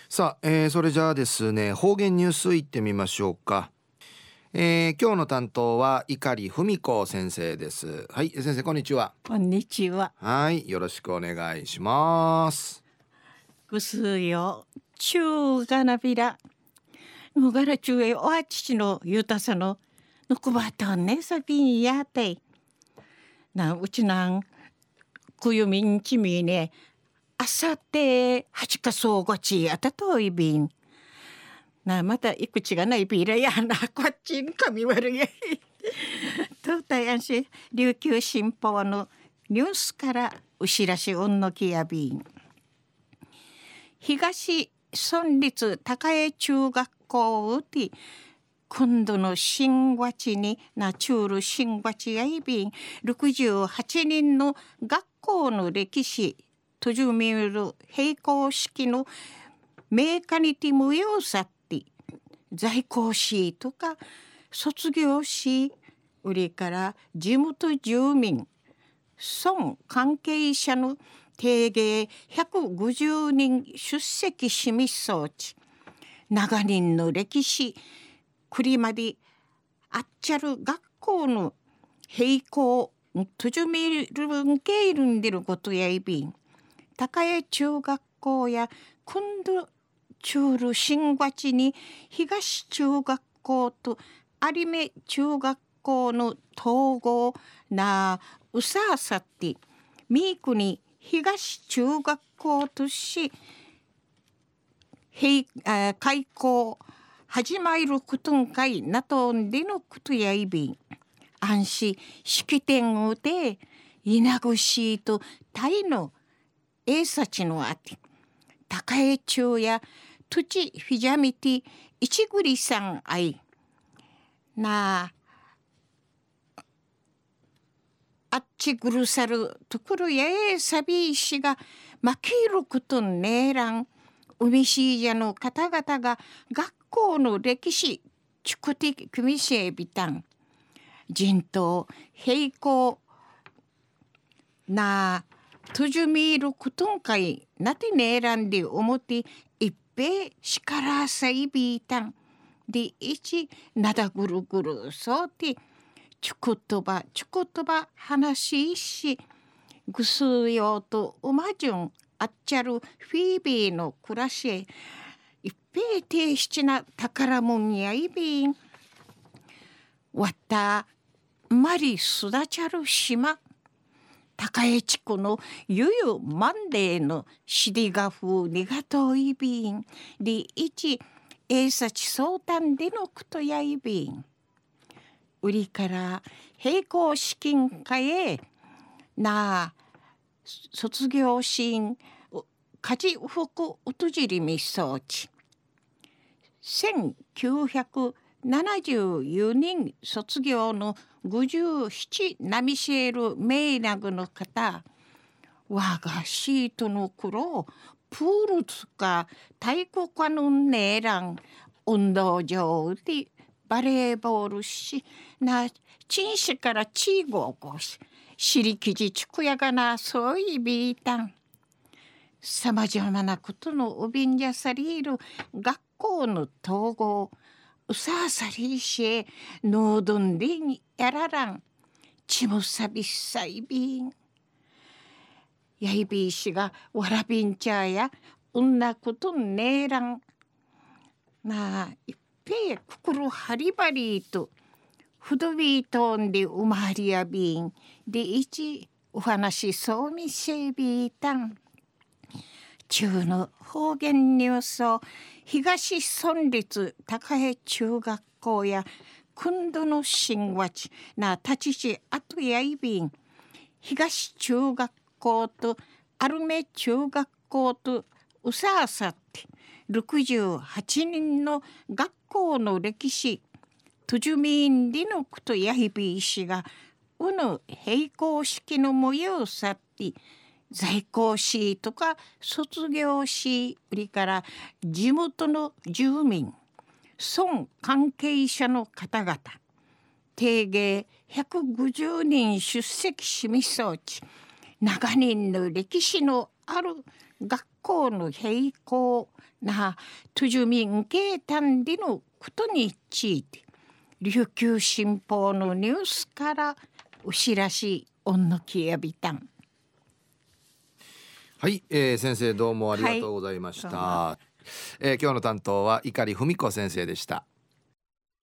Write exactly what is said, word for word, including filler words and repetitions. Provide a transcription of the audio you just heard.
さあ、えーそれじゃあですね、方言ニュースいってみましょうか。えー今日の担当は碇文子先生です。はい、先生こんにちは。 こんにちは。 はい、よろしくお願いします。 ぐすよ。中がなびら。むがら中へおあちちのゆたさの。ぬくばたんねさびんやて。なうちなんくゆみんちみね。あさってはちかそうごちやたといびん。なまたいくちがないびらやなこっちんかみわるやい。とたやんし琉球新報のニュースからうしらしうんのきやびん。東村立高江中学校うて今度の新和地になちゅうる新和地やいびんろくじゅうはちにんの学校の歴史とじゅみる並行式のメーカニティ無用さって在校しとか卒業し売りから地元住民村関係者の定芸ひゃくごじゅうにん出席しみそうち長年の歴史くりまであっちゃる学校の並行とじゅみるんけいるんでることやいびん高江中学校やくんど中る新和地に東中学校と有目中学校の統合なうさあさってみーくに東中学校とし開校始まることんかいなとんでのことやいびん安心式典をで稲串とタイのえいさちのあて高江中や土地フィジャミティ一栗さんあいなあっちぐるさるところやえさびいしがまきることんねえらん海しいじゃの方々が学校の歴史ちくてくみせびたん人頭並行なとじゅみることんかいなてねえらんでおもていっぺいしからさいびいたんでいちなだぐるぐるそうてちゅことばちゅことば話ししぐすうようとうまじゅんあっちゃるフィービーの暮らしへ一平定七な宝物やいびんわったまりすだちゃる島高江地区のゆゆマンデーのしりがふにがといびんでいちえいさちそうたんでのくとやいびん売りから並行資金会へな卒業シーン家事服うとじりみそうちせんきゅうひゃくななじゅうよにん卒業のごじゅうななナミシェールメイナグの方我がシートの黒プールつか太鼓かのねえらん運動場でバレーボールしなチンシからチーゴーゴーししりきじちくやがなそういびいたんさまざまなことのおびんじゃさりる学校の統合うさあさりしえのうどんでにやららんちもさびっさいびんやいびいしがわらびんちゃやうんなことんねえらんなあいっぺえくくるはりばりとふどびとんでうまりやびんでいちお話そうみせびいたん中の方言ニュースを東村立高江中学校や今度の新和地な立ち地あとやいびん東中学校とアルメ中学校とうさあさってろくじゅうはちにんの学校の歴史とじゅみんりのくとやひびいしがうぬ並行式の模様さって在校しとか卒業し売りから地元の住民村関係者の方々定芸ひゃくごじゅうにん出席しみそうち長年の歴史のある学校の閉校なトゥジュミンケータンでのことについて琉球新報のニュースからお知らしおんのきやびたん。 はい、えー、先生どうもありがとうございました、はい、えー、今日の担当は碇文子先生でした。